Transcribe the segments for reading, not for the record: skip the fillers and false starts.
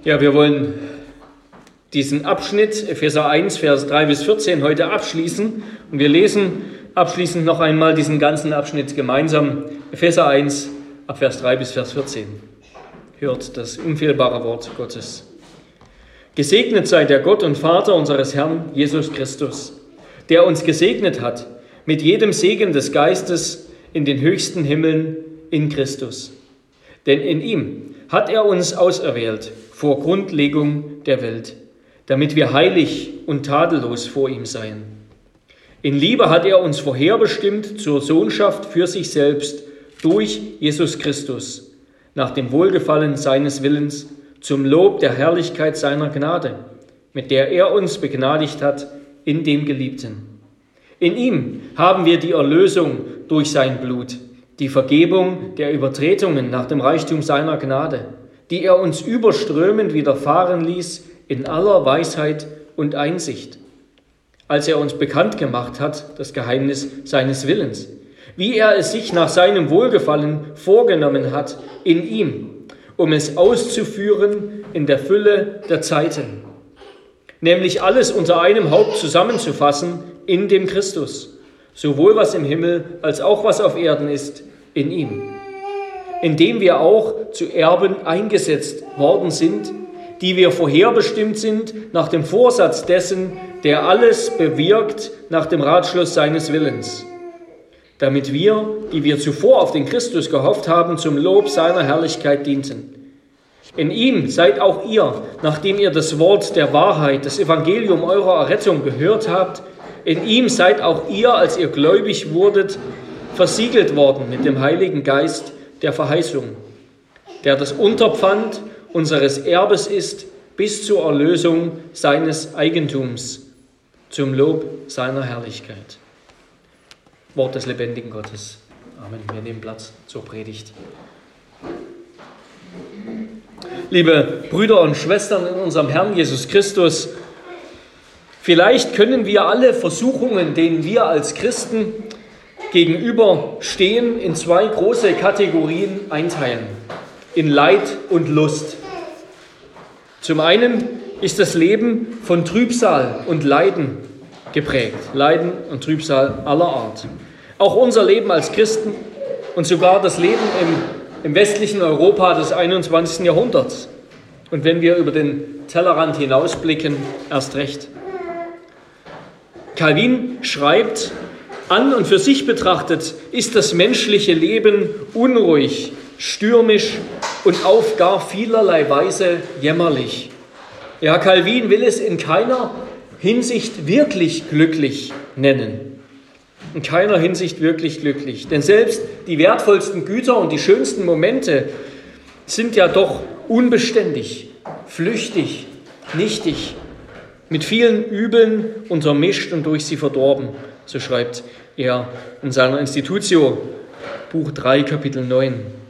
Ja, wir wollen diesen Abschnitt, Epheser 1, Vers 3 bis 14, heute abschließen. Und wir lesen abschließend noch einmal diesen ganzen Abschnitt gemeinsam. Epheser 1, ab Vers 3 bis Vers 14. Hört das unfehlbare Wort Gottes. Gesegnet sei der Gott und Vater unseres Herrn Jesus Christus, der uns gesegnet hat mit jedem Segen des Geistes in den höchsten Himmeln in Christus. Denn in ihm hat er uns auserwählt vor Grundlegung der Welt, damit wir heilig und tadellos vor ihm seien. In Liebe hat er uns vorherbestimmt zur Sohnschaft für sich selbst durch Jesus Christus, nach dem Wohlgefallen seines Willens, zum Lob der Herrlichkeit seiner Gnade, mit der er uns begnadigt hat in dem Geliebten. In ihm haben wir die Erlösung durch sein Blut, die Vergebung der Übertretungen nach dem Reichtum seiner Gnade, die er uns überströmend widerfahren ließ in aller Weisheit und Einsicht, als er uns bekannt gemacht hat, das Geheimnis seines Willens, wie er es sich nach seinem Wohlgefallen vorgenommen hat in ihm, um es auszuführen in der Fülle der Zeiten, nämlich alles unter einem Haupt zusammenzufassen in dem Christus, sowohl was im Himmel als auch was auf Erden ist, in ihm, in dem wir auch zu Erben eingesetzt worden sind, die wir vorherbestimmt sind nach dem Vorsatz dessen, der alles bewirkt nach dem Ratschluss seines Willens, damit wir, die wir zuvor auf den Christus gehofft haben, zum Lob seiner Herrlichkeit dienten. In ihm seid auch ihr, nachdem ihr das Wort der Wahrheit, das Evangelium eurer Errettung gehört habt, in ihm seid auch ihr, als ihr gläubig wurdet, versiegelt worden mit dem Heiligen Geist der Verheißung, der das Unterpfand unseres Erbes ist, bis zur Erlösung seines Eigentums, zum Lob seiner Herrlichkeit. Wort des lebendigen Gottes. Amen. Wir nehmen Platz zur Predigt. Liebe Brüder und Schwestern in unserem Herrn Jesus Christus, vielleicht können wir alle Versuchungen, denen wir als Christen gegenüberstehen, in zwei große Kategorien einteilen: in Leid und Lust. Zum einen ist das Leben von Trübsal und Leiden geprägt. Leiden und Trübsal aller Art. Auch unser Leben als Christen und sogar das Leben im westlichen Europa des 21. Jahrhunderts. Und wenn wir über den Tellerrand hinausblicken, erst recht. Calvin schreibt, an und für sich betrachtet ist das menschliche Leben unruhig, stürmisch und auf gar vielerlei Weise jämmerlich. Ja, Calvin will es in keiner Hinsicht wirklich glücklich nennen. In keiner Hinsicht wirklich glücklich. Denn selbst die wertvollsten Güter und die schönsten Momente sind ja doch unbeständig, flüchtig, nichtig, mit vielen Übeln untermischt und durch sie verdorben. So schreibt er in seiner Institutio, Buch 3, Kapitel 9.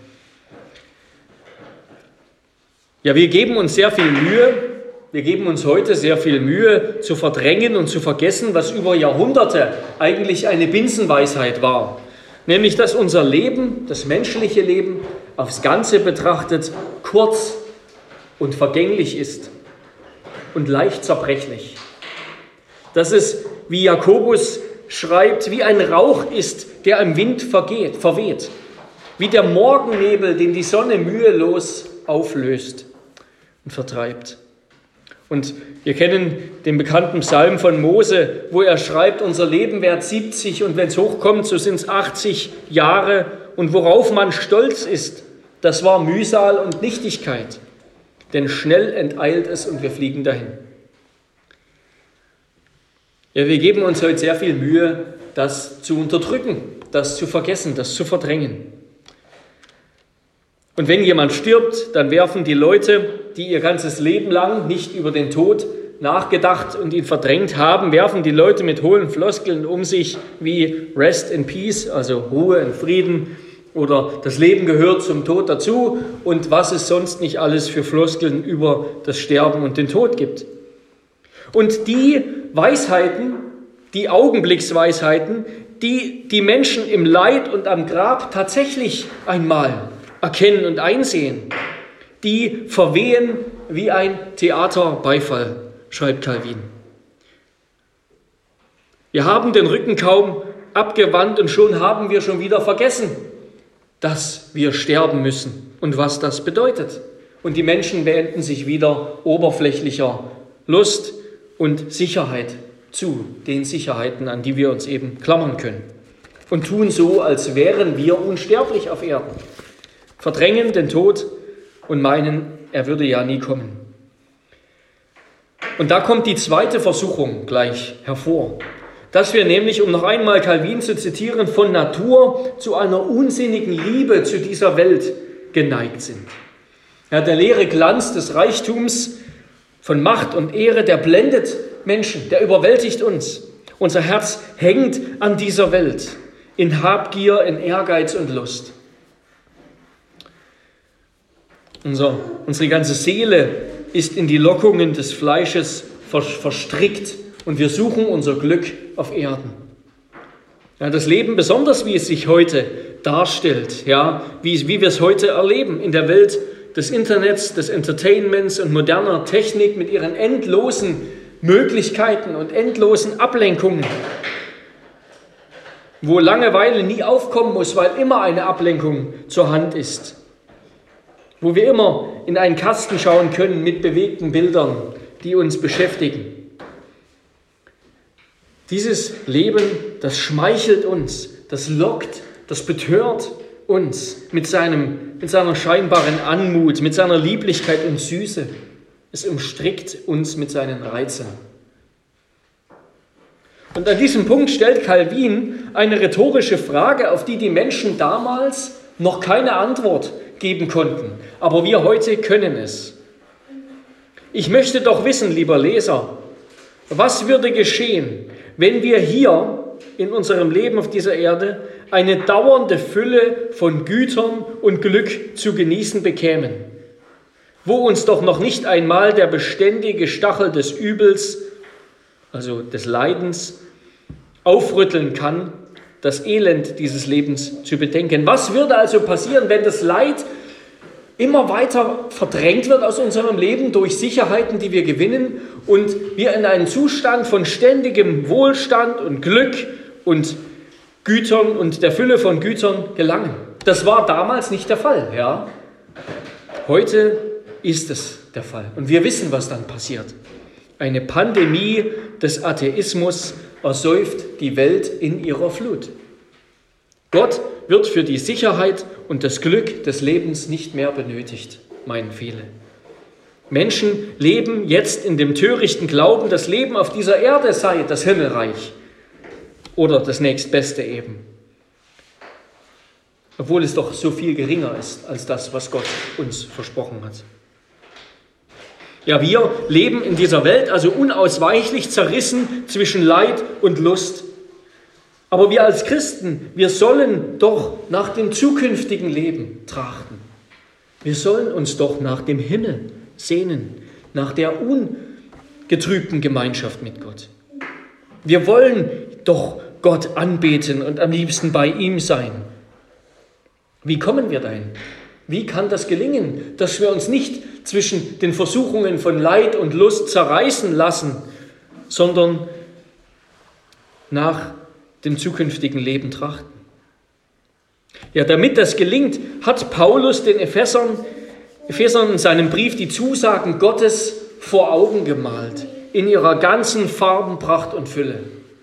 Ja, wir geben uns sehr viel Mühe, wir geben uns heute sehr viel Mühe, zu verdrängen und zu vergessen, was über Jahrhunderte eigentlich eine Binsenweisheit war. Nämlich, dass unser Leben, das menschliche Leben, aufs Ganze betrachtet, kurz und vergänglich ist und leicht zerbrechlich. Dass es, wie Jakobus schreibt, wie ein Rauch ist, der im Wind verweht. Wie der Morgennebel, den die Sonne mühelos auflöst und vertreibt. Und wir kennen den bekannten Psalm von Mose, wo er schreibt, unser Leben währt 70 und wenn es hochkommt, so sind es 80 Jahre. Und worauf man stolz ist, das war Mühsal und Nichtigkeit. Denn schnell enteilt es und wir fliegen dahin. Ja, wir geben uns heute sehr viel Mühe, das zu unterdrücken, das zu vergessen, das zu verdrängen. Und wenn jemand stirbt, dann werfen die Leute, die ihr ganzes Leben lang nicht über den Tod nachgedacht und ihn verdrängt haben, werfen die Leute mit hohlen Floskeln um sich wie Rest in Peace, also Ruhe in Frieden, oder das Leben gehört zum Tod dazu und was es sonst nicht alles für Floskeln über das Sterben und den Tod gibt. Und die Weisheiten, die Augenblicksweisheiten, die die Menschen im Leid und am Grab tatsächlich einmal erkennen und einsehen, die verwehen wie ein Theaterbeifall, schreibt Calvin. Wir haben den Rücken kaum abgewandt und schon haben wir schon wieder vergessen, dass wir sterben müssen und was das bedeutet. Und die Menschen wenden sich wieder oberflächlicher Lust und Sicherheit zu, den Sicherheiten, an die wir uns eben klammern können. Und tun so, als wären wir unsterblich auf Erden. Verdrängen den Tod und meinen, er würde ja nie kommen. Und da kommt die zweite Versuchung gleich hervor. Dass wir nämlich, um noch einmal Calvin zu zitieren, von Natur zu einer unsinnigen Liebe zu dieser Welt geneigt sind. Ja, der leere Glanz des Reichtums von Macht und Ehre, der blendet Menschen, der überwältigt uns. Unser Herz hängt an dieser Welt, in Habgier, in Ehrgeiz und Lust. Unsere ganze Seele ist in die Lockungen des Fleisches verstrickt und wir suchen unser Glück auf Erden. Ja, das Leben, besonders wie es sich heute darstellt, ja, wie wir es heute erleben in der Welt des Internets, des Entertainments und moderner Technik mit ihren endlosen Möglichkeiten und endlosen Ablenkungen, wo Langeweile nie aufkommen muss, weil immer eine Ablenkung zur Hand ist, wo wir immer in einen Kasten schauen können mit bewegten Bildern, die uns beschäftigen. Dieses Leben, das schmeichelt uns, das lockt, das betört uns mit seiner scheinbaren Anmut, mit seiner Lieblichkeit und Süße. Es umstrickt uns mit seinen Reizen. Und an diesem Punkt stellt Calvin eine rhetorische Frage, auf die die Menschen damals noch keine Antwort geben konnten. Aber wir heute können es. Ich möchte doch wissen, lieber Leser, was würde geschehen, wenn wir hier in unserem Leben auf dieser Erde eine dauernde Fülle von Gütern und Glück zu genießen bekämen, wo uns doch noch nicht einmal der beständige Stachel des Übels, also des Leidens, aufrütteln kann, das Elend dieses Lebens zu bedenken. Was würde also passieren, wenn das Leid immer weiter verdrängt wird aus unserem Leben durch Sicherheiten, die wir gewinnen und wir in einen Zustand von ständigem Wohlstand und Glück und Gütern und der Fülle von Gütern gelangen? Das war damals nicht der Fall, ja. Heute ist es der Fall. Und wir wissen, was dann passiert. Eine Pandemie des Atheismus ersäuft die Welt in ihrer Flut. Gott wird für die Sicherheit und das Glück des Lebens nicht mehr benötigt, meinen viele. Menschen leben jetzt in dem törichten Glauben, das Leben auf dieser Erde sei das Himmelreich oder das nächstbeste eben. Obwohl es doch so viel geringer ist als das, was Gott uns versprochen hat. Ja, wir leben in dieser Welt also unausweichlich zerrissen zwischen Leid und Lust. Aber wir als Christen, wir sollen doch nach dem zukünftigen Leben trachten. Wir sollen uns doch nach dem Himmel sehnen, nach der ungetrübten Gemeinschaft mit Gott. Wir wollen doch Gott anbeten und am liebsten bei ihm sein. Wie kommen wir dahin? Wie kann das gelingen, dass wir uns nicht zwischen den Versuchungen von Leid und Lust zerreißen lassen, sondern nach dem zukünftigen Leben trachten? Ja, damit das gelingt, hat Paulus den Ephesern in seinem Brief die Zusagen Gottes vor Augen gemalt, in ihrer ganzen Farbenpracht und Fülle.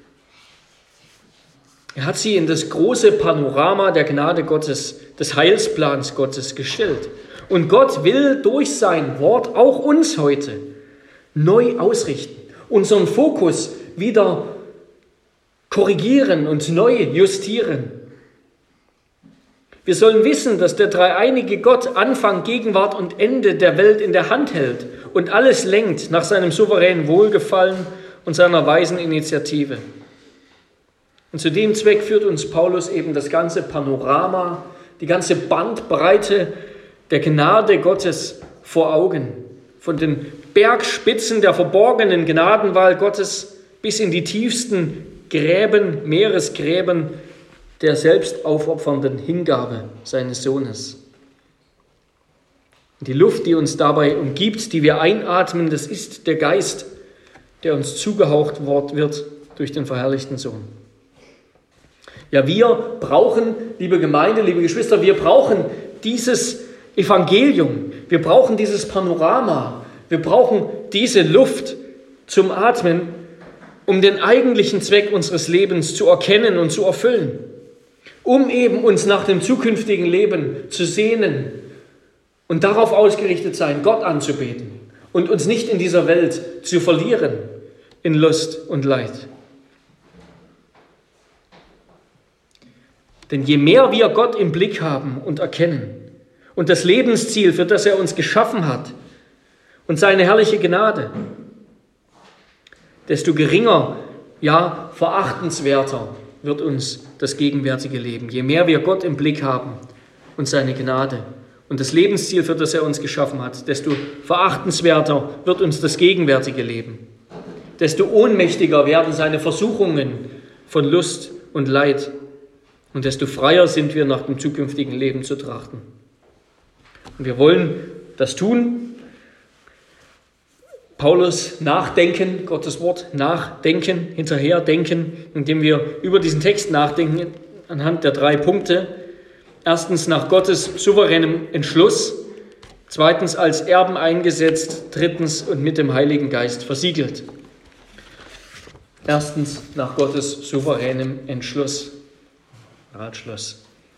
Er hat sie in das große Panorama der Gnade Gottes, des Heilsplans Gottes gestellt. Und Gott will durch sein Wort auch uns heute neu ausrichten, unseren Fokus wieder korrigieren und neu justieren. Wir sollen wissen, dass der dreieinige Gott Anfang, Gegenwart und Ende der Welt in der Hand hält und alles lenkt nach seinem souveränen Wohlgefallen und seiner weisen Initiative. Und zu dem Zweck führt uns Paulus eben das ganze Panorama, die ganze Bandbreite der Gnade Gottes vor Augen. Von den Bergspitzen der verborgenen Gnadenwahl Gottes bis in die tiefsten Gräben, Meeresgräben der selbstaufopfernden Hingabe seines Sohnes. Und die Luft, die uns dabei umgibt, die wir einatmen, das ist der Geist, der uns zugehaucht wird durch den verherrlichten Sohn. Ja, wir brauchen, liebe Gemeinde, liebe Geschwister, wir brauchen dieses Evangelium, wir brauchen dieses Panorama, wir brauchen diese Luft zum Atmen, um den eigentlichen Zweck unseres Lebens zu erkennen und zu erfüllen, um eben uns nach dem zukünftigen Leben zu sehnen und darauf ausgerichtet sein, Gott anzubeten und uns nicht in dieser Welt zu verlieren in Lust und Leid. Denn je mehr wir Gott im Blick haben und erkennen und das Lebensziel, für das er uns geschaffen hat und seine herrliche Gnade, desto geringer, ja verachtenswerter wird uns das gegenwärtige Leben. Je mehr wir Gott im Blick haben und seine Gnade und das Lebensziel, für das er uns geschaffen hat, desto verachtenswerter wird uns das gegenwärtige Leben. Desto ohnmächtiger werden seine Versuchungen von Lust und Leid. Und desto freier sind wir, nach dem zukünftigen Leben zu trachten. Und wir wollen das tun. Paulus nachdenken, Gottes Wort nachdenken, hinterherdenken, indem wir über diesen Text nachdenken anhand der 3 Punkte. Erstens nach Gottes souveränem Entschluss, zweitens als Erben eingesetzt, drittens und mit dem Heiligen Geist versiegelt. Erstens nach Gottes souveränem Entschluss. Ratschluss.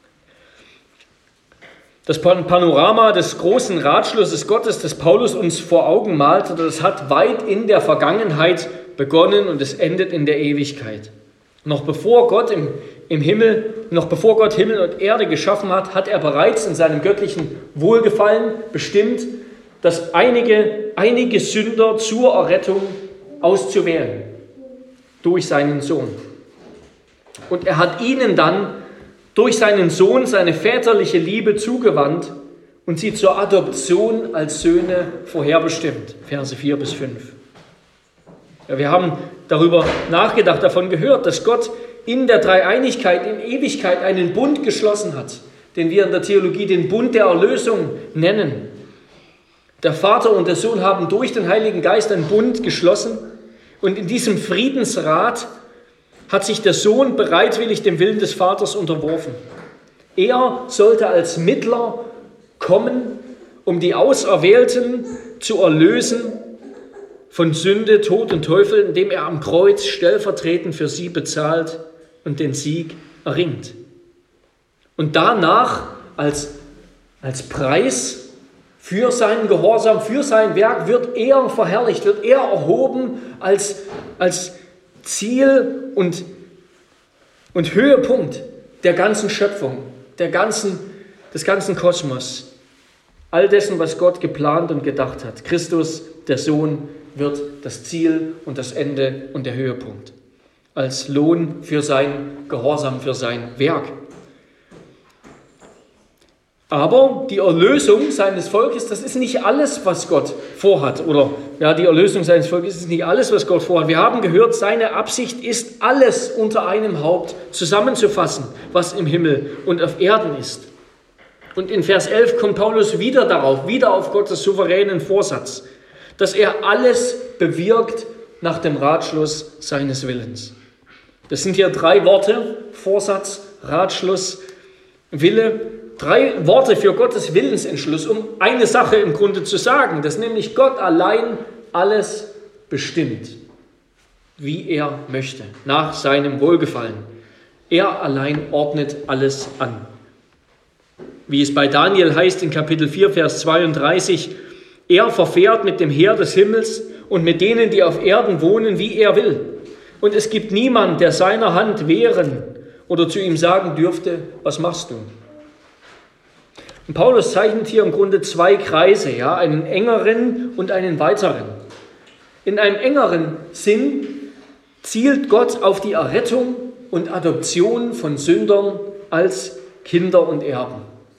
Das Panorama des großen Ratschlusses Gottes, das Paulus uns vor Augen malt, das hat weit in der Vergangenheit begonnen und es endet in der Ewigkeit. Noch bevor Gott Himmel und Erde geschaffen hat, hat er bereits in seinem göttlichen Wohlgefallen bestimmt, dass einige Sünder zur Errettung auszuwählen durch seinen Sohn. Und er hat ihnen dann durch seinen Sohn seine väterliche Liebe zugewandt und sie zur Adoption als Söhne vorherbestimmt. Verse 4 bis 5. Ja, wir haben darüber nachgedacht, davon gehört, dass Gott in der Dreieinigkeit, in Ewigkeit einen Bund geschlossen hat, den wir in der Theologie den Bund der Erlösung nennen. Der Vater und der Sohn haben durch den Heiligen Geist einen Bund geschlossen und in diesem Friedensrat hat sich der Sohn bereitwillig dem Willen des Vaters unterworfen. Er sollte als Mittler kommen, um die Auserwählten zu erlösen von Sünde, Tod und Teufel, indem er am Kreuz stellvertretend für sie bezahlt und den Sieg erringt. Und danach als Preis für seinen Gehorsam, für sein Werk wird er verherrlicht, wird er erhoben als Ziel und Höhepunkt der ganzen Schöpfung, des ganzen Kosmos, all dessen, was Gott geplant und gedacht hat. Christus, der Sohn, wird das Ziel und das Ende und der Höhepunkt, als Lohn für sein Gehorsam, für sein Werk. Aber die Erlösung seines Volkes, das ist nicht alles, was Gott vorhat. Die Erlösung seines Volkes ist nicht alles, was Gott vorhat. Wir haben gehört, seine Absicht ist, alles unter einem Haupt zusammenzufassen, was im Himmel und auf Erden ist. Und in Vers 11 kommt Paulus wieder auf Gottes souveränen Vorsatz, dass er alles bewirkt nach dem Ratschluss seines Willens. Das sind hier 3 Worte: Vorsatz, Ratschluss, Wille. 3 Worte für Gottes Willensentschluss, um eine Sache im Grunde zu sagen, dass nämlich Gott allein alles bestimmt, wie er möchte, nach seinem Wohlgefallen. Er allein ordnet alles an. Wie es bei Daniel heißt in Kapitel 4, Vers 32, er verfährt mit dem Heer des Himmels und mit denen, die auf Erden wohnen, wie er will. Und es gibt niemand, der seiner Hand wehren oder zu ihm sagen dürfte, was machst du? Und Paulus zeichnet hier im Grunde 2 Kreise, einen engeren und einen weiteren. In einem engeren Sinn zielt Gott auf die Errettung und Adoption von Sündern als Kinder und Erben.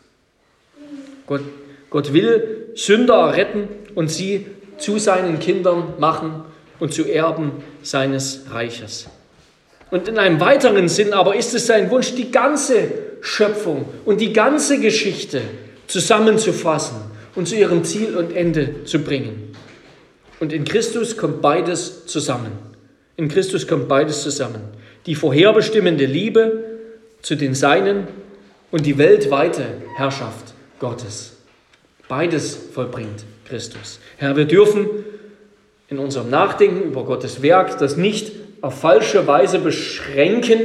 Gott will Sünder erretten und sie zu seinen Kindern machen und zu Erben seines Reiches. Und in einem weiteren Sinn aber ist es sein Wunsch, die ganze Schöpfung und die ganze Geschichte zusammenzufassen und zu ihrem Ziel und Ende zu bringen. Und in Christus kommt beides zusammen. In Christus kommt beides zusammen. Die vorherbestimmende Liebe zu den Seinen und die weltweite Herrschaft Gottes. Beides vollbringt Christus. Herr, wir dürfen in unserem Nachdenken über Gottes Werk das nicht auf falsche Weise beschränken.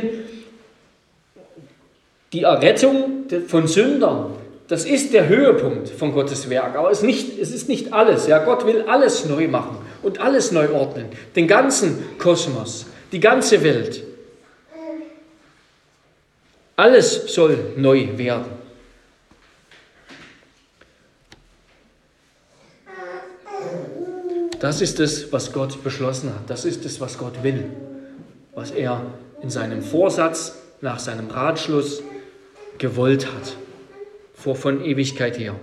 Die Errettung von Sündern, das ist der Höhepunkt von Gottes Werk. Aber es ist nicht alles. Ja, Gott will alles neu machen und alles neu ordnen. Den ganzen Kosmos, die ganze Welt. Alles soll neu werden. Das ist es, was Gott beschlossen hat. Das ist es, was Gott will. Was er in seinem Vorsatz, nach seinem Ratschluss gewollt hat. Von Ewigkeit her.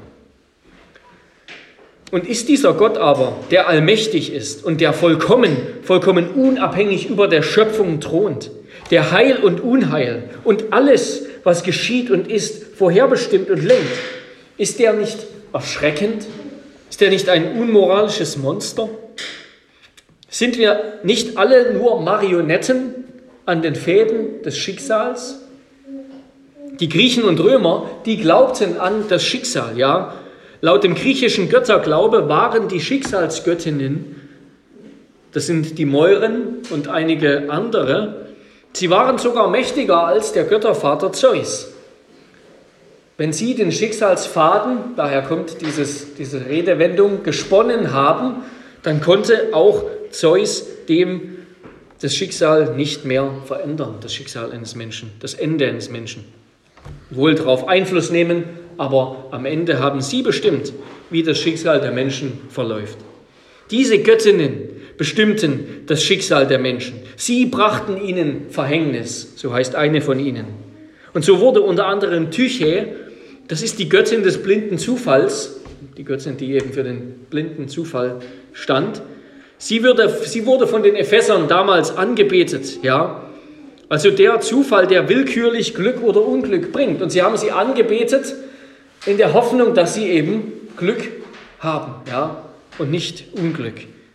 Und ist dieser Gott aber, der allmächtig ist und der vollkommen unabhängig über der Schöpfung thront, der Heil und Unheil und alles, was geschieht und ist, vorherbestimmt und lenkt, ist der nicht erschreckend? Ist der nicht ein unmoralisches Monster? Sind wir nicht alle nur Marionetten an den Fäden des Schicksals? Die Griechen und Römer, die glaubten an das Schicksal, ja. Laut dem griechischen Götterglaube waren die Schicksalsgöttinnen, das sind die Moiren und einige andere, sie waren sogar mächtiger als der Göttervater Zeus. Wenn sie den Schicksalsfaden, daher kommt diese Redewendung, gesponnen haben, dann konnte auch Zeus dem das Schicksal nicht mehr verändern, das Schicksal eines Menschen, das Ende eines Menschen. Wohl darauf Einfluss nehmen, aber am Ende haben sie bestimmt, wie das Schicksal der Menschen verläuft. Diese Göttinnen bestimmten das Schicksal der Menschen. Sie brachten ihnen Verhängnis, so heißt eine von ihnen. Und so wurde unter anderem Tyche, das ist die Göttin des blinden Zufalls, die Göttin, die eben für den blinden Zufall stand, sie wurde von den Ephesern damals angebetet, ja. Also der Zufall, der willkürlich Glück oder Unglück bringt. Und sie haben sie angebetet in der Hoffnung, dass sie eben Glück haben, ja, und nicht Unglück.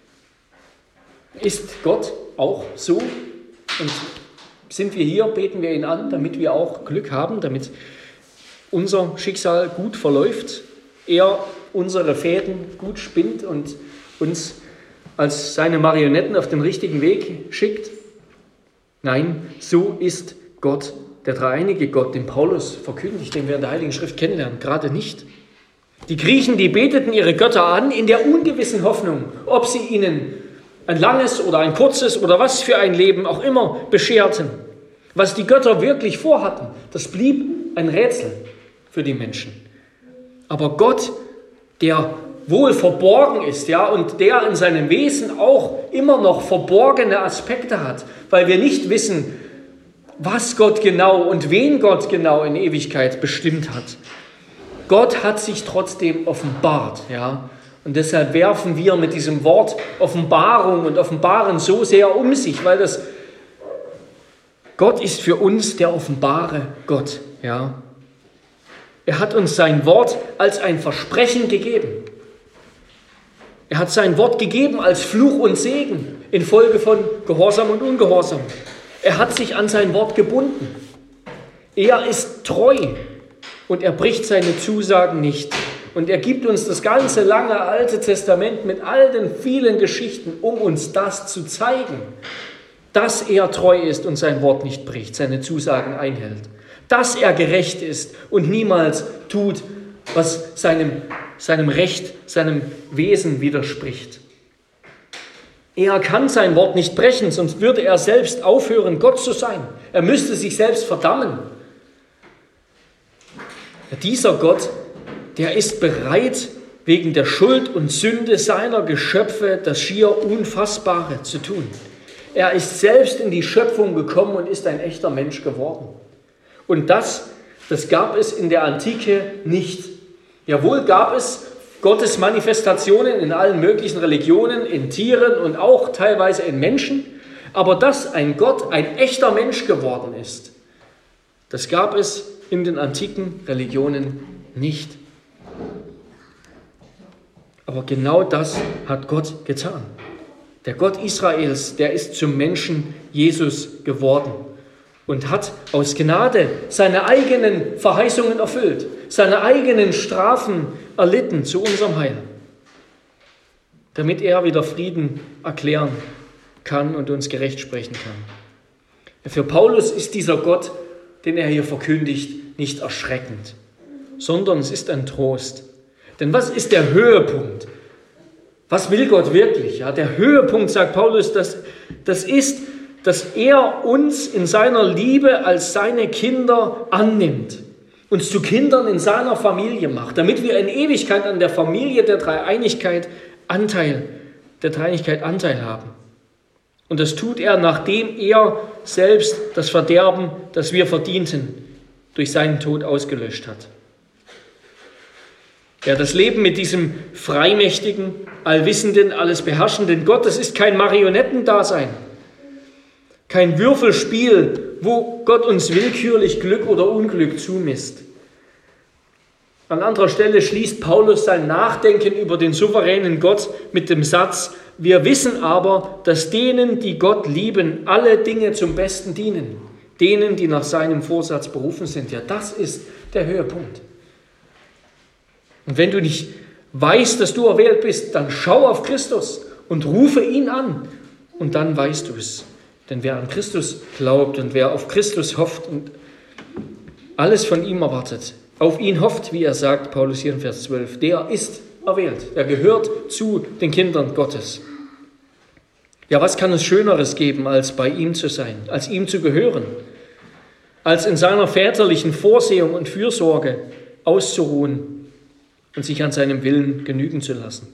Ist Gott auch so? Und sind wir hier, beten wir ihn an, damit wir auch Glück haben, damit unser Schicksal gut verläuft, er unsere Fäden gut spinnt und uns als seine Marionetten auf den richtigen Weg schickt? Nein, so ist Gott, der dreieinige Gott, den Paulus verkündigt, den wir in der Heiligen Schrift kennenlernen, gerade nicht. Die Griechen, die beteten ihre Götter an in der ungewissen Hoffnung, ob sie ihnen ein langes oder ein kurzes oder was für ein Leben auch immer bescherten. Was die Götter wirklich vorhatten, das blieb ein Rätsel für die Menschen. Aber Gott, der wohl verborgen ist, ja, und der in seinem Wesen auch immer noch verborgene Aspekte hat, weil wir nicht wissen, was Gott genau und wen Gott genau in Ewigkeit bestimmt hat. Gott hat sich trotzdem offenbart, ja, und deshalb werfen wir mit diesem Wort Offenbarung und Offenbaren so sehr um sich, weil Gott ist für uns der offenbare Gott, ja. Er hat uns sein Wort als ein Versprechen gegeben. Er hat sein Wort gegeben als Fluch und Segen infolge von Gehorsam und Ungehorsam. Er hat sich an sein Wort gebunden. Er ist treu und er bricht seine Zusagen nicht. Und er gibt uns das ganze lange Alte Testament mit all den vielen Geschichten, um uns das zu zeigen, dass er treu ist und sein Wort nicht bricht, seine Zusagen einhält. Dass er gerecht ist und niemals tut, was seinem Recht, seinem Wesen widerspricht. Er kann sein Wort nicht brechen, sonst würde er selbst aufhören, Gott zu sein. Er müsste sich selbst verdammen. Dieser Gott, der ist bereit, wegen der Schuld und Sünde seiner Geschöpfe das schier Unfassbare zu tun. Er ist selbst in die Schöpfung gekommen und ist ein echter Mensch geworden. Und das gab es in der Antike nicht. Jawohl gab es Gottes Manifestationen in allen möglichen Religionen, in Tieren und auch teilweise in Menschen. Aber dass ein Gott ein echter Mensch geworden ist, das gab es in den antiken Religionen nicht. Aber genau das hat Gott getan. Der Gott Israels, der ist zum Menschen Jesus geworden und hat aus Gnade seine eigenen Verheißungen erfüllt, seine eigenen Strafen erlitten zu unserem Heil, damit er wieder Frieden erklären kann und uns gerecht sprechen kann. Für Paulus ist dieser Gott, den er hier verkündigt, nicht erschreckend, sondern es ist ein Trost. Denn was ist der Höhepunkt? Was will Gott wirklich? Ja, der Höhepunkt, sagt Paulus, das ist, dass er uns in seiner Liebe als seine Kinder annimmt, uns zu Kindern in seiner Familie macht, damit wir in Ewigkeit an der Familie der Dreieinigkeit Anteil haben. Und das tut er, nachdem er selbst das Verderben, das wir verdienten, durch seinen Tod ausgelöscht hat. Ja, das Leben mit diesem freimächtigen, allwissenden, alles beherrschenden Gott, das ist kein Marionettendasein, kein Würfelspiel, wo Gott uns willkürlich Glück oder Unglück zumisst. An anderer Stelle schließt Paulus sein Nachdenken über den souveränen Gott mit dem Satz: Wir wissen aber, dass denen, die Gott lieben, alle Dinge zum Besten dienen, denen, die nach seinem Vorsatz berufen sind. Ja, das ist der Höhepunkt. Und wenn du nicht weißt, dass du erwählt bist, dann schau auf Christus und rufe ihn an. Und dann weißt du es. Denn wer an Christus glaubt und wer auf Christus hofft und alles von ihm erwartet, auf ihn hofft, wie er sagt, Paulus hier in Vers 12, der ist erwählt. Er gehört zu den Kindern Gottes. Ja, was kann es Schöneres geben, als bei ihm zu sein, als ihm zu gehören, als in seiner väterlichen Vorsehung und Fürsorge auszuruhen und sich an seinem Willen genügen zu lassen?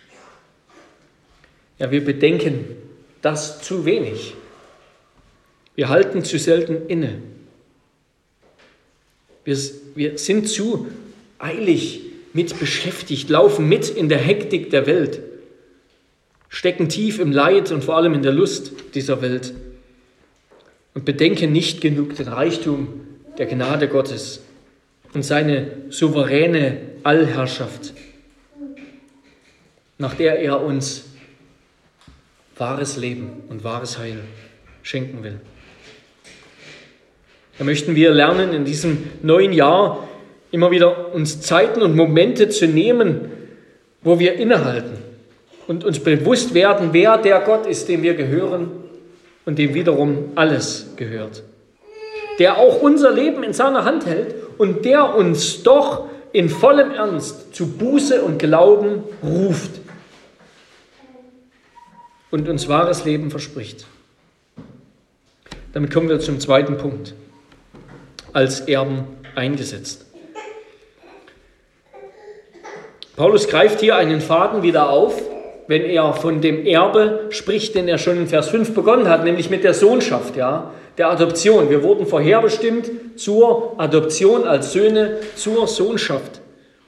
Ja, wir bedenken das zu wenig. Wir halten zu selten inne. Wir sind zu eilig mit beschäftigt, laufen mit in der Hektik der Welt, stecken tief im Leid und vor allem in der Lust dieser Welt und bedenken nicht genug den Reichtum der Gnade Gottes und seine souveräne Allherrschaft, nach der er uns wahres Leben und wahres Heil schenken will. Da möchten wir lernen, in diesem neuen Jahr immer wieder uns Zeiten und Momente zu nehmen, wo wir innehalten und uns bewusst werden, wer der Gott ist, dem wir gehören und dem wiederum alles gehört. Der auch unser Leben in seiner Hand hält und der uns doch in vollem Ernst zu Buße und Glauben ruft und uns wahres Leben verspricht. Damit kommen wir zum zweiten Punkt. Als Erben eingesetzt. Paulus greift hier einen Faden wieder auf, wenn er von dem Erbe spricht, den er schon in Vers 5 begonnen hat, nämlich mit der Sohnschaft, ja, der Adoption. Wir wurden vorherbestimmt zur Adoption als Söhne, zur Sohnschaft.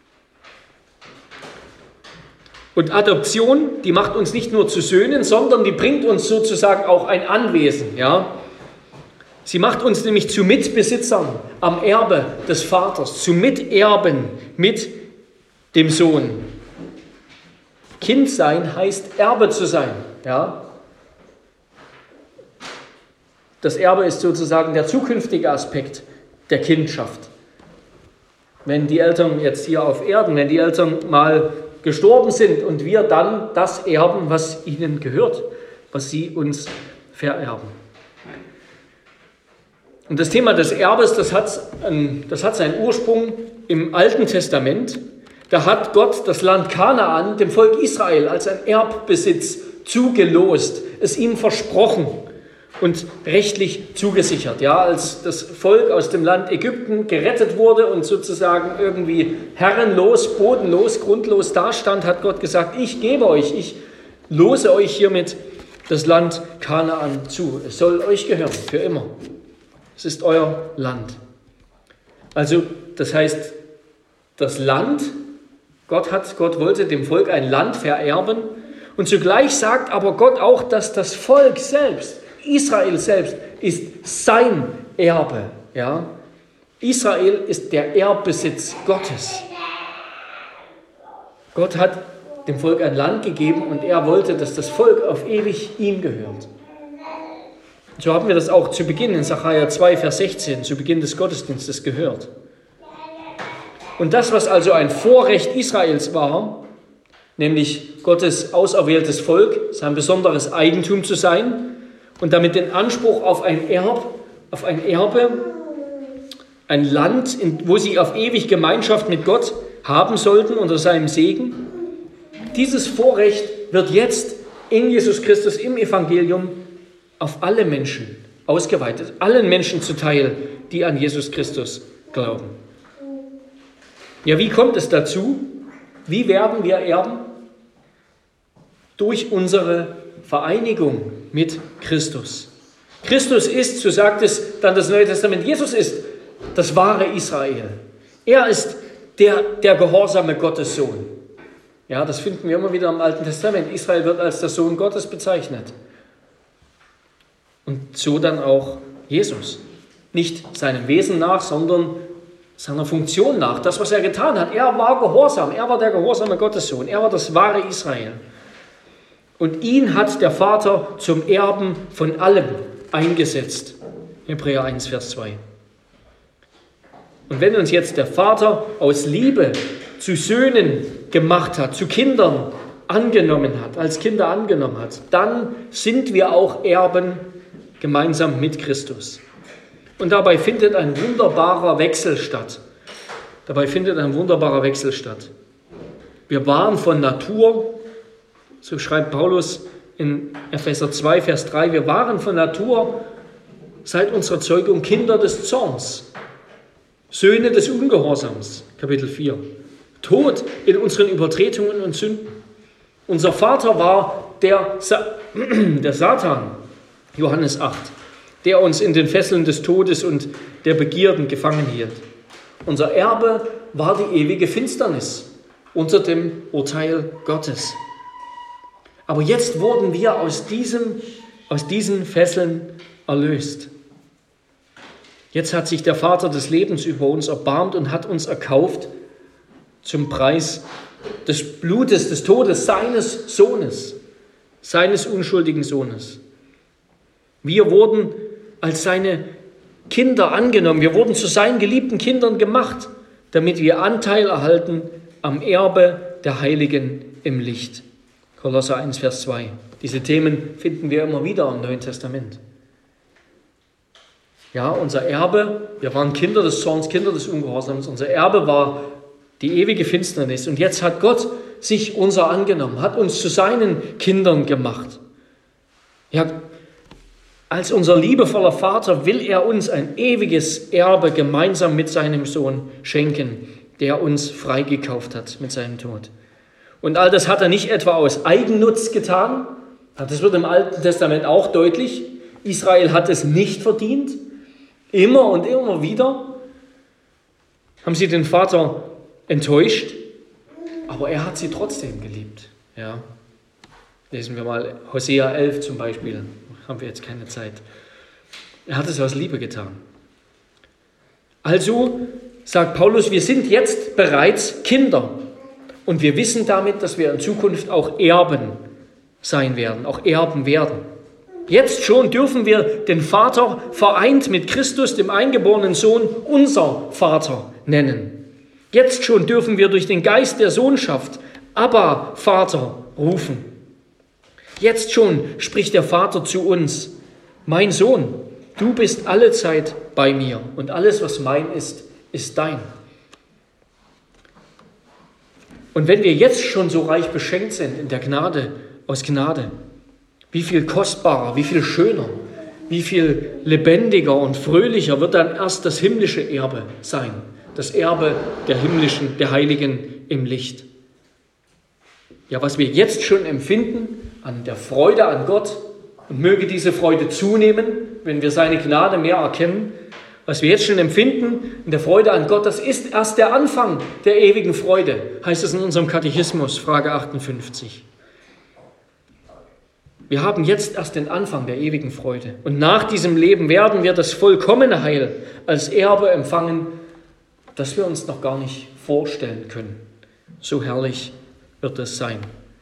Und Adoption, die macht uns nicht nur zu Söhnen, sondern die bringt uns sozusagen auch ein Anwesen, ja. Sie macht uns nämlich zu Mitbesitzern am Erbe des Vaters, zu Miterben mit dem Sohn. Kind sein heißt Erbe zu sein. Ja? Das Erbe ist sozusagen der zukünftige Aspekt der Kindschaft. Wenn die Eltern jetzt hier auf Erden, wenn die Eltern mal gestorben sind und wir dann das erben, was ihnen gehört, was sie uns vererben. Und das Thema des Erbes, das hat seinen Ursprung im Alten Testament. Da hat Gott das Land Kanaan dem Volk Israel als ein Erbbesitz zugelost, es ihm versprochen und rechtlich zugesichert. Ja, als das Volk aus dem Land Ägypten gerettet wurde und sozusagen irgendwie herrenlos, bodenlos, grundlos dastand, hat Gott gesagt, ich lose euch hiermit das Land Kanaan zu. Es soll euch gehören, für immer. Es ist euer Land. Also, das heißt, das Land, Gott wollte dem Volk ein Land vererben und zugleich sagt aber Gott auch, dass das Volk selbst, Israel selbst, ist sein Erbe. Ja? Israel ist der Erbbesitz Gottes. Gott hat dem Volk ein Land gegeben und er wollte, dass das Volk auf ewig ihm gehört. So haben wir das auch zu Beginn in Sacharja 2, Vers 16, zu Beginn des Gottesdienstes gehört. Und das, was also ein Vorrecht Israels war, nämlich Gottes auserwähltes Volk, sein besonderes Eigentum zu sein und damit den Anspruch auf ein Erbe, ein Land, wo sie auf ewig Gemeinschaft mit Gott haben sollten unter seinem Segen. Dieses Vorrecht wird jetzt in Jesus Christus im Evangelium auf alle Menschen ausgeweitet, allen Menschen zuteil, die an Jesus Christus glauben. Ja, wie kommt es dazu? Wie werden wir erben? Durch unsere Vereinigung mit Christus. Christus ist, so sagt es dann das Neue Testament, Jesus ist das wahre Israel. Er ist der gehorsame Gottessohn. Ja, das finden wir immer wieder im Alten Testament. Israel wird als der Sohn Gottes bezeichnet. Und so dann auch Jesus. Nicht seinem Wesen nach, sondern seiner Funktion nach. Das, was er getan hat. Er war gehorsam. Er war der gehorsame Gottessohn. Er war das wahre Israel. Und ihn hat der Vater zum Erben von allem eingesetzt. Hebräer 1, Vers 2. Und wenn uns jetzt der Vater aus Liebe zu Söhnen gemacht hat, zu Kindern angenommen hat, als Kinder angenommen hat, dann sind wir auch Erben gemeinsam mit Christus. Und dabei findet ein wunderbarer Wechsel statt. Wir waren von Natur, so schreibt Paulus in Epheser 2, Vers 3, wir waren von Natur seit unserer Zeugung Kinder des Zorns, Söhne des Ungehorsams, Kapitel 4. Tod in unseren Übertretungen und Sünden. Unser Vater war der Satan, Johannes 8, der uns in den Fesseln des Todes und der Begierden gefangen hielt. Unser Erbe war die ewige Finsternis unter dem Urteil Gottes. Aber jetzt wurden wir aus diesen Fesseln erlöst. Jetzt hat sich der Vater des Lebens über uns erbarmt und hat uns erkauft zum Preis des Blutes, des Todes seines Sohnes, seines unschuldigen Sohnes. Wir wurden als seine Kinder angenommen, wir wurden zu seinen geliebten Kindern gemacht, damit wir Anteil erhalten am Erbe der Heiligen im Licht. Kolosser 1, Vers 2. Diese Themen finden wir immer wieder im Neuen Testament. Ja, unser Erbe, wir waren Kinder des Zorns, Kinder des Ungehorsams, unser Erbe war die ewige Finsternis. Und jetzt hat Gott sich unser angenommen, hat uns zu seinen Kindern gemacht. Ja, als unser liebevoller Vater will er uns ein ewiges Erbe gemeinsam mit seinem Sohn schenken, der uns freigekauft hat mit seinem Tod. Und all das hat er nicht etwa aus Eigennutz getan. Das wird im Alten Testament auch deutlich. Israel hat es nicht verdient. Immer und immer wieder haben sie den Vater enttäuscht, aber er hat sie trotzdem geliebt. Ja. Lesen wir mal Hosea 11 zum Beispiel. Haben wir jetzt keine Zeit. Er hat es aus Liebe getan. Also sagt Paulus, wir sind jetzt bereits Kinder. Und wir wissen damit, dass wir in Zukunft auch Erben sein werden, auch Erben werden. Jetzt schon dürfen wir den Vater vereint mit Christus, dem eingeborenen Sohn, unser Vater nennen. Jetzt schon dürfen wir durch den Geist der Sohnschaft Abba, Vater, rufen. Jetzt schon spricht der Vater zu uns, mein Sohn, du bist allezeit bei mir und alles, was mein ist, ist dein. Und wenn wir jetzt schon so reich beschenkt sind in der Gnade, aus Gnade, wie viel kostbarer, wie viel schöner, wie viel lebendiger und fröhlicher wird dann erst das himmlische Erbe sein, das Erbe der Heiligen im Licht. Ja, was wir jetzt schon empfinden an der Freude an Gott, und möge diese Freude zunehmen, wenn wir seine Gnade mehr erkennen, was wir jetzt schon empfinden in der Freude an Gott, das ist erst der Anfang der ewigen Freude, heißt es in unserem Katechismus, Frage 58. Wir haben jetzt erst den Anfang der ewigen Freude. Und nach diesem Leben werden wir das vollkommene Heil als Erbe empfangen, das wir uns noch gar nicht vorstellen können. So herrlich wird es sein.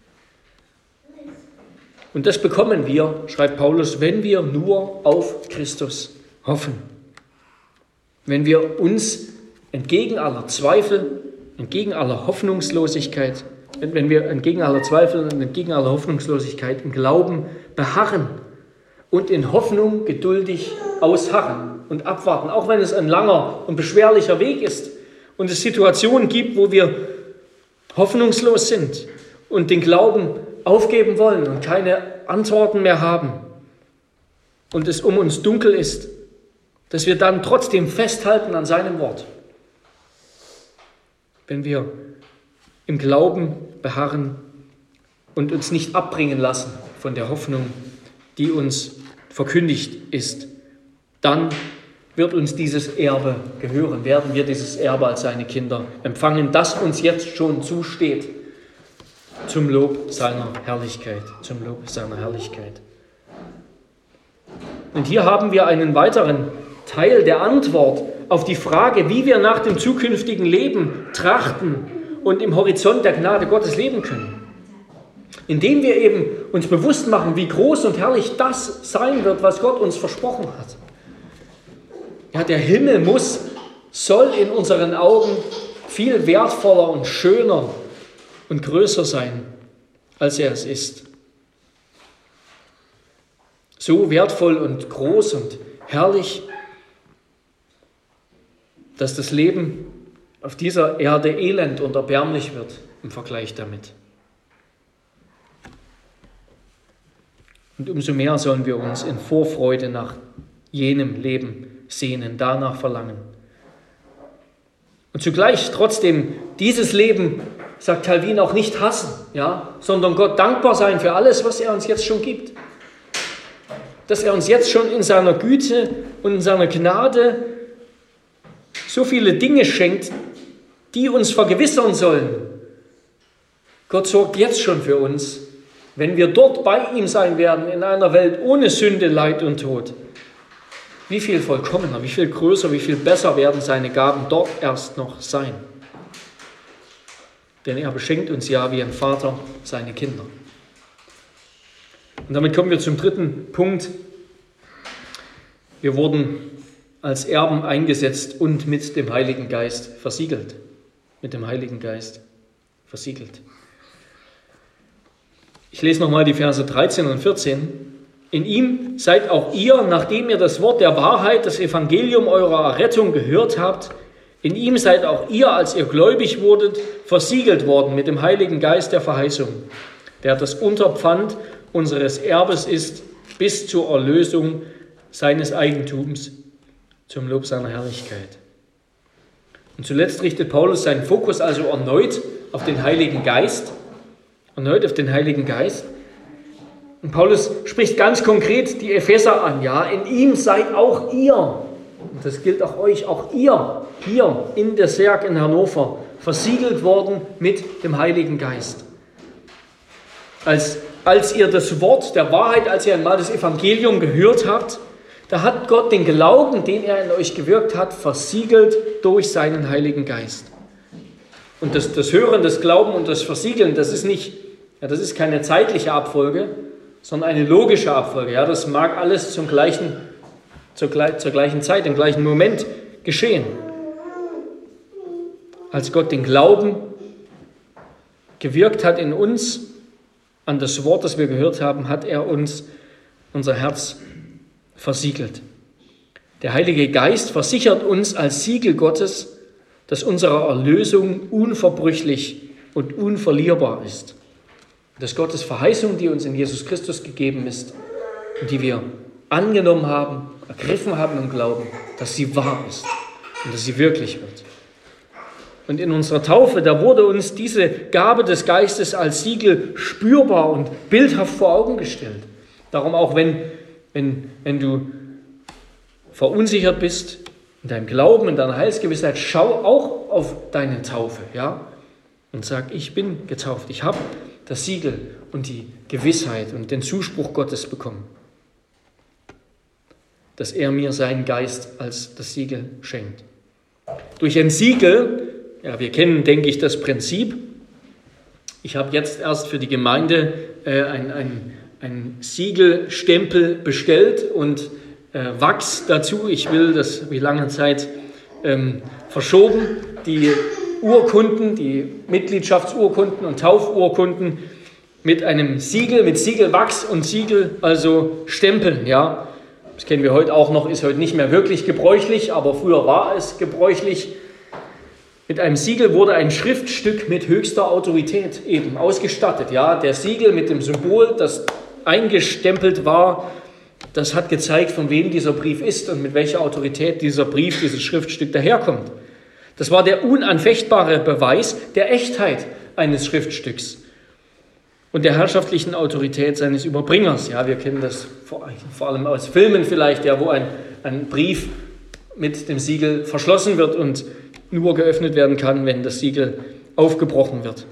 Und das bekommen wir, schreibt Paulus, wenn wir nur auf Christus hoffen. Wenn wir uns entgegen aller Zweifel, entgegen aller Hoffnungslosigkeit, wenn wir entgegen aller Zweifel und entgegen aller Hoffnungslosigkeit im Glauben beharren und in Hoffnung geduldig ausharren und abwarten, auch wenn es ein langer und beschwerlicher Weg ist und es Situationen gibt, wo wir hoffnungslos sind und den Glauben aufgeben wollen und keine Antworten mehr haben und es um uns dunkel ist, dass wir dann trotzdem festhalten an seinem Wort. Wenn wir im Glauben beharren und uns nicht abbringen lassen von der Hoffnung, die uns verkündigt ist, dann wird uns dieses Erbe gehören, werden wir dieses Erbe als seine Kinder empfangen, das uns jetzt schon zusteht, zum Lob seiner Herrlichkeit, zum Lob seiner Herrlichkeit. Und hier haben wir einen weiteren Teil der Antwort auf die Frage, wie wir nach dem zukünftigen Leben trachten und im Horizont der Gnade Gottes leben können. Indem wir eben uns bewusst machen, wie groß und herrlich das sein wird, was Gott uns versprochen hat. Ja, der Himmel soll in unseren Augen viel wertvoller und schöner und größer sein, als er es ist. So wertvoll und groß und herrlich, dass das Leben auf dieser Erde elend und erbärmlich wird im Vergleich damit. Und umso mehr sollen wir uns in Vorfreude nach jenem Leben sehnen, danach verlangen. Und zugleich trotzdem dieses Leben, sagt Calvin, auch nicht hassen, ja, sondern Gott dankbar sein für alles, was er uns jetzt schon gibt. Dass er uns jetzt schon in seiner Güte und in seiner Gnade so viele Dinge schenkt, die uns vergewissern sollen. Gott sorgt jetzt schon für uns, wenn wir dort bei ihm sein werden, in einer Welt ohne Sünde, Leid und Tod. Wie viel vollkommener, wie viel größer, wie viel besser werden seine Gaben dort erst noch sein. Denn er beschenkt uns ja wie ein Vater seine Kinder. Und damit kommen wir zum dritten Punkt. Wir wurden als Erben eingesetzt und mit dem Heiligen Geist versiegelt. Mit dem Heiligen Geist versiegelt. Ich lese nochmal die Verse 13 und 14. In ihm seid auch ihr, nachdem ihr das Wort der Wahrheit, das Evangelium eurer Errettung gehört habt, in ihm seid auch ihr, als ihr gläubig wurdet, versiegelt worden mit dem Heiligen Geist der Verheißung, der das Unterpfand unseres Erbes ist, bis zur Erlösung seines Eigentums, zum Lob seiner Herrlichkeit. Und zuletzt richtet Paulus seinen Fokus also erneut auf den Heiligen Geist. Erneut auf den Heiligen Geist. Und Paulus spricht ganz konkret die Epheser an. Ja, in ihm seid auch ihr, und das gilt auch euch, auch ihr hier in der Serg in Hannover, versiegelt worden mit dem Heiligen Geist. Als ihr das Wort der Wahrheit, als ihr einmal das Evangelium gehört habt, da hat Gott den Glauben, den er in euch gewirkt hat, versiegelt durch seinen Heiligen Geist. Und das Hören, das Glauben und das Versiegeln, das ist keine zeitliche Abfolge, sondern eine logische Abfolge. Ja, das mag alles zur gleichen Zeit, im gleichen Moment geschehen. Als Gott den Glauben gewirkt hat in uns, an das Wort, das wir gehört haben, hat er uns unser Herz versiegelt. Der Heilige Geist versichert uns als Siegel Gottes, dass unsere Erlösung unverbrüchlich und unverlierbar ist. Dass Gottes Verheißung, die uns in Jesus Christus gegeben ist und die wir angenommen haben, ergriffen haben im Glauben, dass sie wahr ist und dass sie wirklich wird. Und in unserer Taufe, da wurde uns diese Gabe des Geistes als Siegel spürbar und bildhaft vor Augen gestellt. Darum auch, wenn du verunsichert bist in deinem Glauben, in deiner Heilsgewissheit, schau auch auf deine Taufe, ja, und sag, ich bin getauft, ich habe das Siegel und die Gewissheit und den Zuspruch Gottes bekommen, dass er mir seinen Geist als das Siegel schenkt. Durch ein Siegel, ja, wir kennen, denke ich, das Prinzip, Ich habe jetzt erst für die Gemeinde ein Siegelstempel bestellt und Wachs dazu. Ich will das wie lange Zeit verschoben. Die Urkunden, die Mitgliedschaftsurkunden und Taufurkunden mit einem Siegel, mit Siegelwachs und Siegel, also stempeln. Ja. Das kennen wir heute auch noch, ist heute nicht mehr wirklich gebräuchlich, aber früher war es gebräuchlich. Mit einem Siegel wurde ein Schriftstück mit höchster Autorität eben ausgestattet. Ja, der Siegel mit dem Symbol, das eingestempelt war, das hat gezeigt, von wem dieser Brief ist und mit welcher Autorität dieser Brief, dieses Schriftstück daherkommt. Das war der unanfechtbare Beweis der Echtheit eines Schriftstücks und der herrschaftlichen Autorität seines Überbringers. Ja, wir kennen das vor allem aus Filmen vielleicht, ja, wo ein Brief mit dem Siegel verschlossen wird und nur geöffnet werden kann, wenn das Siegel aufgebrochen wird.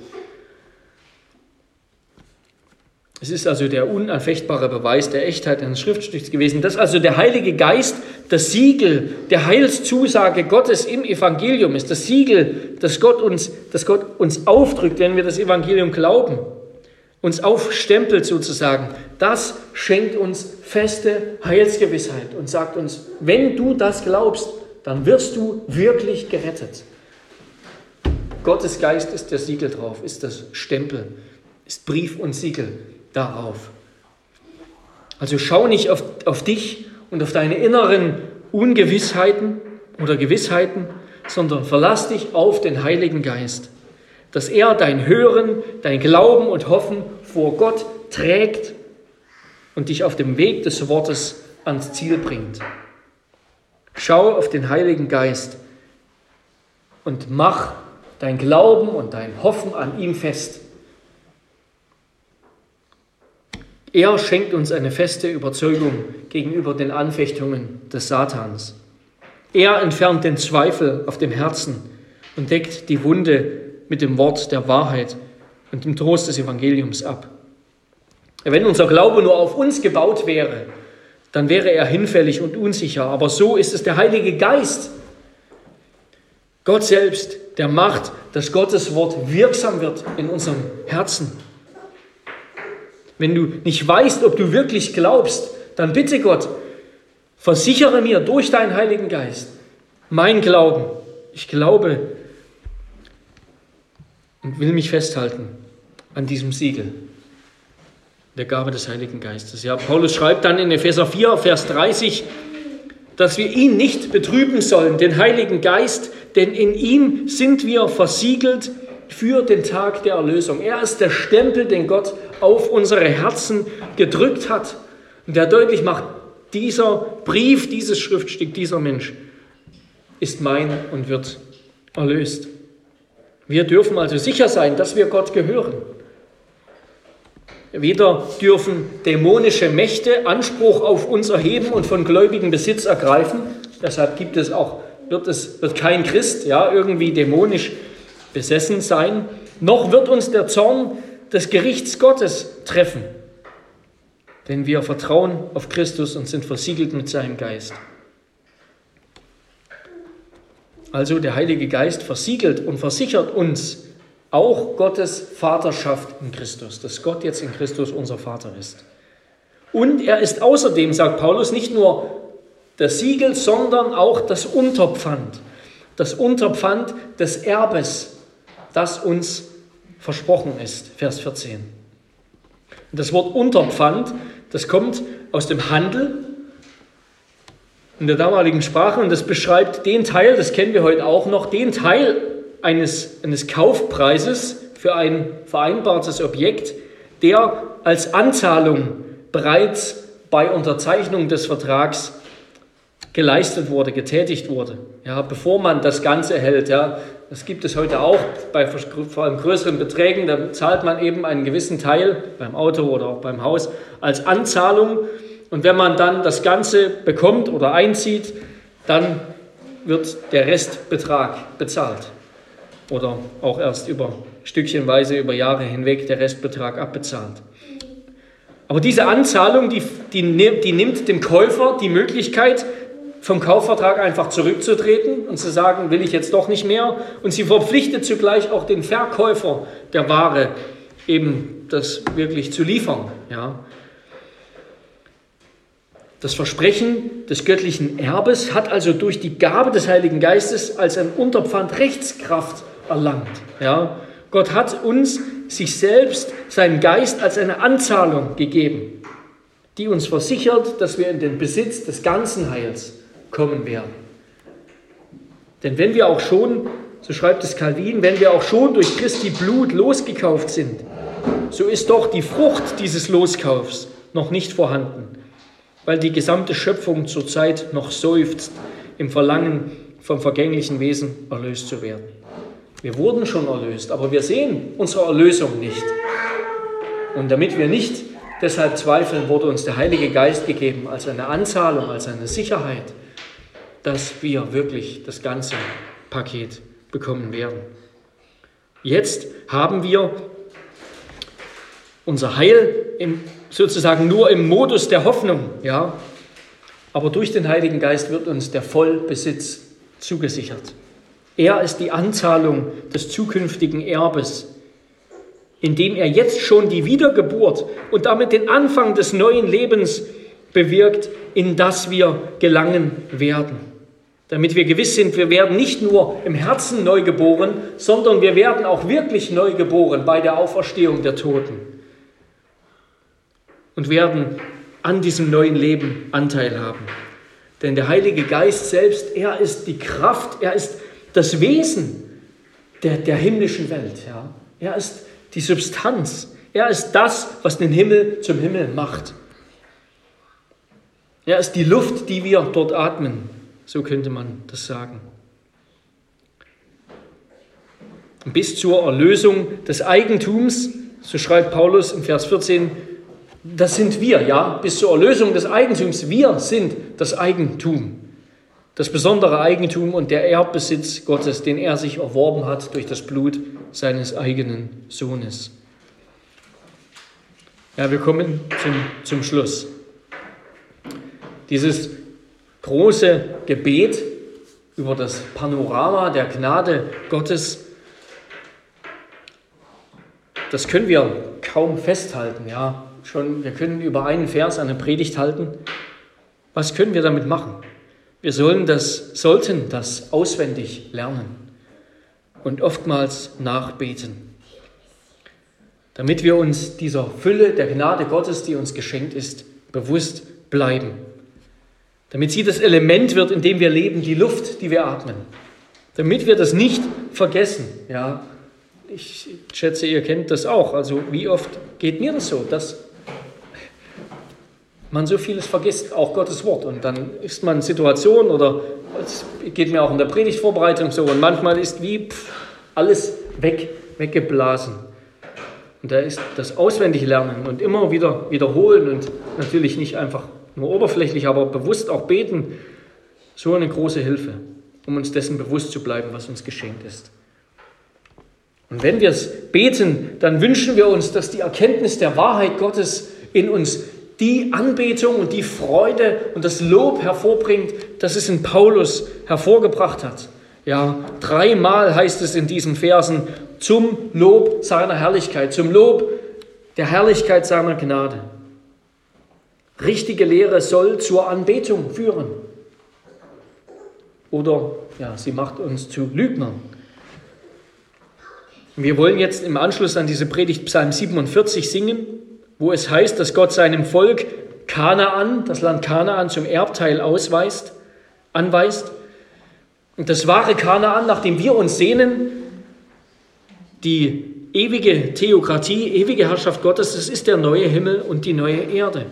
Es ist also der unanfechtbare Beweis der Echtheit eines Schriftstücks gewesen, dass also der Heilige Geist das Siegel der Heilszusage Gottes im Evangelium ist. Das Siegel, das Gott uns aufdrückt, wenn wir das Evangelium glauben, uns aufstempelt sozusagen. Das schenkt uns feste Heilsgewissheit und sagt uns, wenn du das glaubst, dann wirst du wirklich gerettet. Gottes Geist ist der Siegel drauf, ist das Stempel, ist Brief und Siegel darauf. Also schau nicht auf dich und auf deine inneren Ungewissheiten oder Gewissheiten, sondern verlass dich auf den Heiligen Geist, dass er dein Hören, dein Glauben und Hoffen vor Gott trägt und dich auf dem Weg des Wortes ans Ziel bringt. Schau auf den Heiligen Geist und mach dein Glauben und dein Hoffen an ihm fest. Er schenkt uns eine feste Überzeugung gegenüber den Anfechtungen des Satans. Er entfernt den Zweifel auf dem Herzen und deckt die Wunde mit dem Wort der Wahrheit und dem Trost des Evangeliums ab. Wenn unser Glaube nur auf uns gebaut wäre, dann wäre er hinfällig und unsicher. Aber so ist es der Heilige Geist, Gott selbst, der macht, dass Gottes Wort wirksam wird in unserem Herzen. Wenn du nicht weißt, ob du wirklich glaubst, dann bitte Gott, versichere mir durch deinen Heiligen Geist mein Glauben. Ich glaube und will mich festhalten an diesem Siegel der Gabe des Heiligen Geistes. Ja, Paulus schreibt dann in Epheser 4, Vers 30, dass wir ihn nicht betrüben sollen, den Heiligen Geist, denn in ihm sind wir versiegelt für den Tag der Erlösung. Er ist der Stempel, den Gott auf unsere Herzen gedrückt hat und der deutlich macht, dieser Brief, dieses Schriftstück, dieser Mensch ist mein und wird erlöst. Wir dürfen also sicher sein, dass wir Gott gehören. Weder dürfen dämonische Mächte Anspruch auf uns erheben und von Gläubigen Besitz ergreifen. Deshalb wird kein Christ irgendwie dämonisch besessen sein. Noch wird uns der Zorn des Gerichts Gottes treffen. Denn wir vertrauen auf Christus und sind versiegelt mit seinem Geist. Also der Heilige Geist versiegelt und versichert uns auch Gottes Vaterschaft in Christus, dass Gott jetzt in Christus unser Vater ist. Und er ist außerdem, sagt Paulus, nicht nur das Siegel, sondern auch das Unterpfand des Erbes, das uns versprochen ist, Vers 14. Und das Wort Unterpfand, das kommt aus dem Handel in der damaligen Sprache und das beschreibt den Teil, das kennen wir heute auch noch, den Teil eines Kaufpreises für ein vereinbartes Objekt, der als Anzahlung bereits bei Unterzeichnung des Vertrags geleistet wurde, getätigt wurde. Ja, bevor man das Ganze hält. Ja, das gibt es heute auch bei vor allem größeren Beträgen. Da zahlt man eben einen gewissen Teil beim Auto oder auch beim Haus als Anzahlung. Und wenn man dann das Ganze bekommt oder einzieht, dann wird der Restbetrag bezahlt. Oder auch erst stückchenweise über Jahre hinweg der Restbetrag abbezahlt. Aber diese Anzahlung, die nimmt dem Käufer die Möglichkeit, vom Kaufvertrag einfach zurückzutreten und zu sagen, will ich jetzt doch nicht mehr. Und sie verpflichtet zugleich auch den Verkäufer der Ware, eben das wirklich zu liefern. Ja. Das Versprechen des göttlichen Erbes hat also durch die Gabe des Heiligen Geistes als ein Unterpfand Rechtskraft erlangt. Ja. Gott hat uns sich selbst, seinen Geist als eine Anzahlung gegeben, die uns versichert, dass wir in den Besitz des ganzen Heils kommen werden. Denn wenn wir auch schon, so schreibt es Calvin, wenn wir auch schon durch Christi Blut losgekauft sind, so ist doch die Frucht dieses Loskaufs noch nicht vorhanden, weil die gesamte Schöpfung zurzeit noch seufzt im Verlangen, vom vergänglichen Wesen erlöst zu werden. Wir wurden schon erlöst, aber wir sehen unsere Erlösung nicht. Und damit wir nicht deshalb zweifeln, wurde uns der Heilige Geist gegeben als eine Anzahlung, als eine Sicherheit, dass wir wirklich das ganze Paket bekommen werden. Jetzt haben wir unser Heil sozusagen nur im Modus der Hoffnung, ja, aber durch den Heiligen Geist wird uns der Vollbesitz zugesichert. Er ist die Anzahlung des zukünftigen Erbes, indem er jetzt schon die Wiedergeburt und damit den Anfang des neuen Lebens bewirkt, in das wir gelangen werden. Damit wir gewiss sind, wir werden nicht nur im Herzen neu geboren, sondern wir werden auch wirklich neu geboren bei der Auferstehung der Toten und werden an diesem neuen Leben Anteil haben. Denn der Heilige Geist selbst, er ist die Kraft, er ist das Wesen der himmlischen Welt. Ja. Er ist die Substanz, er ist das, was den Himmel zum Himmel macht. Er ist die Luft, die wir dort atmen, so könnte man das sagen. Bis zur Erlösung des Eigentums, so schreibt Paulus in Vers 14, das sind wir, ja, bis zur Erlösung des Eigentums, wir sind das Eigentum. Das besondere Eigentum und der Erbbesitz Gottes, den er sich erworben hat durch das Blut seines eigenen Sohnes. Ja, wir kommen zum Schluss. Dieses große Gebet über das Panorama der Gnade Gottes, das können wir kaum festhalten. Ja, wir können über einen Vers eine Predigt halten. Was können wir damit machen? Wir sollten das auswendig lernen und oftmals nachbeten, damit wir uns dieser Fülle der Gnade Gottes, die uns geschenkt ist, bewusst bleiben. Damit sie das Element wird, in dem wir leben, die Luft, die wir atmen. Damit wir das nicht vergessen. Ja, ich schätze, ihr kennt das auch. Also wie oft geht mir das so, dass man so vieles vergisst, auch Gottes Wort. Und dann ist man in Situationen, oder es geht mir auch in der Predigtvorbereitung so, und manchmal ist wie alles weggeblasen. Und da ist das auswendig lernen und immer wieder wiederholen und natürlich nicht einfach nur oberflächlich, aber bewusst auch beten, so eine große Hilfe, um uns dessen bewusst zu bleiben, was uns geschenkt ist. Und wenn wir es beten, dann wünschen wir uns, dass die Erkenntnis der Wahrheit Gottes in uns die Anbetung und die Freude und das Lob hervorbringt, das es in Paulus hervorgebracht hat. Ja, 3-mal heißt es in diesen Versen, zum Lob seiner Herrlichkeit, zum Lob der Herrlichkeit seiner Gnade. Richtige Lehre soll zur Anbetung führen. Oder, ja, sie macht uns zu Lügnern. Wir wollen jetzt im Anschluss an diese Predigt Psalm 47 singen, wo es heißt, dass Gott seinem Volk Kanaan, das Land Kanaan, zum Erbteil anweist. Und das wahre Kanaan, nach dem wir uns sehnen, die ewige Theokratie, ewige Herrschaft Gottes, das ist der neue Himmel und die neue Erde.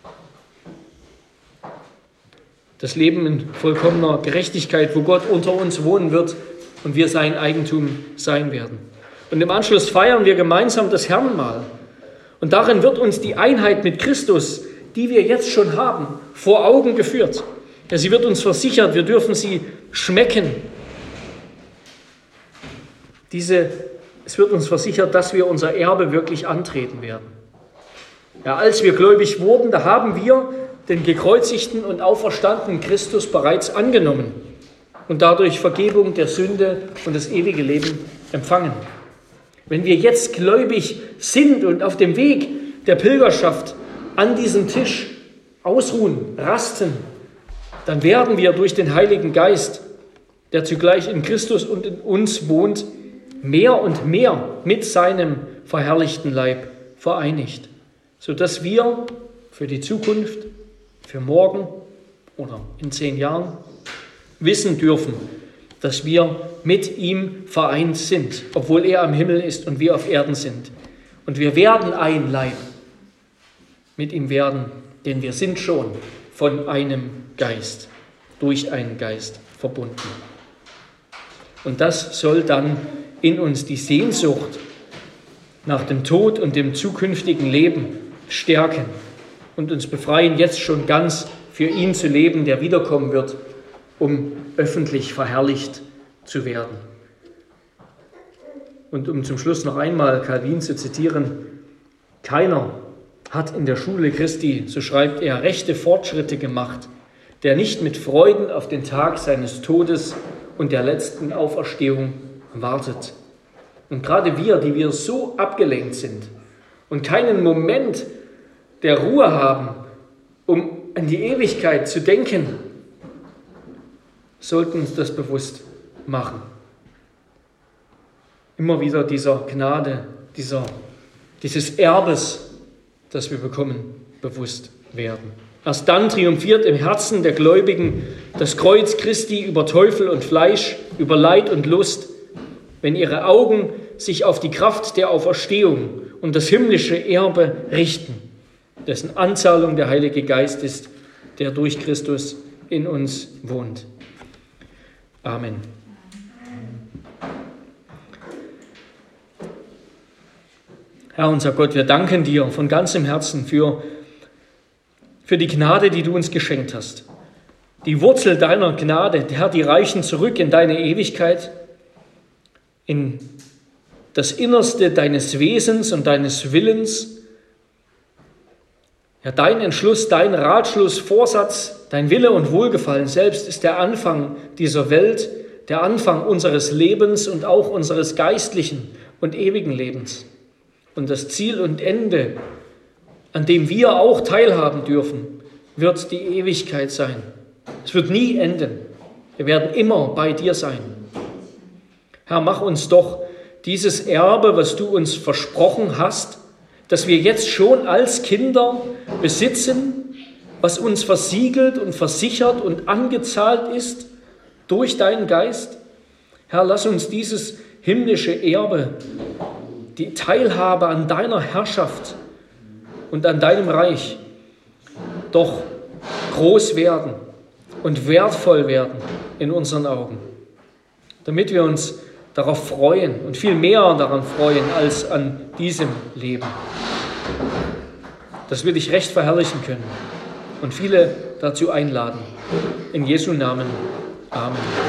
Das Leben in vollkommener Gerechtigkeit, wo Gott unter uns wohnen wird und wir sein Eigentum sein werden. Und im Anschluss feiern wir gemeinsam das Herrnmahl. Und darin wird uns die Einheit mit Christus, die wir jetzt schon haben, vor Augen geführt. Ja, sie wird uns versichert, wir dürfen sie schmecken. Es wird uns versichert, dass wir unser Erbe wirklich antreten werden. Ja, als wir gläubig wurden, da haben wir den gekreuzigten und auferstandenen Christus bereits angenommen und dadurch Vergebung der Sünde und das ewige Leben empfangen. wenn wir jetzt gläubig sind und auf dem Weg der Pilgerschaft an diesem Tisch ausruhen, rasten, dann werden wir durch den Heiligen Geist, der zugleich in Christus und in uns wohnt, mehr und mehr mit seinem verherrlichten Leib vereinigt, sodass wir für die Zukunft, für morgen oder in 10 Jahren wissen dürfen, dass wir mit ihm vereint sind, obwohl er am Himmel ist und wir auf Erden sind. Und wir werden ein Leib mit ihm werden, denn wir sind schon von einem Geist, durch einen Geist verbunden. Und das soll dann in uns die Sehnsucht nach dem Tod und dem zukünftigen Leben stärken und uns befreien, jetzt schon ganz für ihn zu leben, der wiederkommen wird, um öffentlich verherrlicht zu werden. Und um zum Schluss noch einmal Calvin zu zitieren: Keiner hat in der Schule Christi, so schreibt er, rechte Fortschritte gemacht, der nicht mit Freuden auf den Tag seines Todes und der letzten Auferstehung wartet. Und gerade wir, die wir so abgelenkt sind und keinen Moment der Ruhe haben, um an die Ewigkeit zu denken, sollten uns das bewusst machen. Immer wieder dieser Gnade, dieses Erbes, das wir bekommen, bewusst werden. Erst dann triumphiert im Herzen der Gläubigen das Kreuz Christi über Teufel und Fleisch, über Leid und Lust, wenn ihre Augen sich auf die Kraft der Auferstehung und das himmlische Erbe richten, dessen Anzahlung der Heilige Geist ist, der durch Christus in uns wohnt. Amen. Herr unser Gott, wir danken dir von ganzem Herzen für die Gnade, die du uns geschenkt hast. Die Wurzel deiner Gnade, Herr, die reichen zurück in deine Ewigkeit, in das Innerste deines Wesens und deines Willens. Ja, dein Entschluss, dein Ratschluss, Vorsatz, dein Wille und Wohlgefallen selbst ist der Anfang dieser Welt, der Anfang unseres Lebens und auch unseres geistlichen und ewigen Lebens. Und das Ziel und Ende, an dem wir auch teilhaben dürfen, wird die Ewigkeit sein. Es wird nie enden. Wir werden immer bei dir sein. Herr, mach uns doch dieses Erbe, was du uns versprochen hast, dass wir jetzt schon als Kinder besitzen, was uns versiegelt und versichert und angezahlt ist durch deinen Geist. Herr, lass uns dieses himmlische Erbe, die Teilhabe an deiner Herrschaft und an deinem Reich doch groß werden und wertvoll werden in unseren Augen, damit wir uns darauf freuen und viel mehr daran freuen als an diesem Leben, dass wir dich recht verherrlichen können und viele dazu einladen. In Jesu Namen. Amen.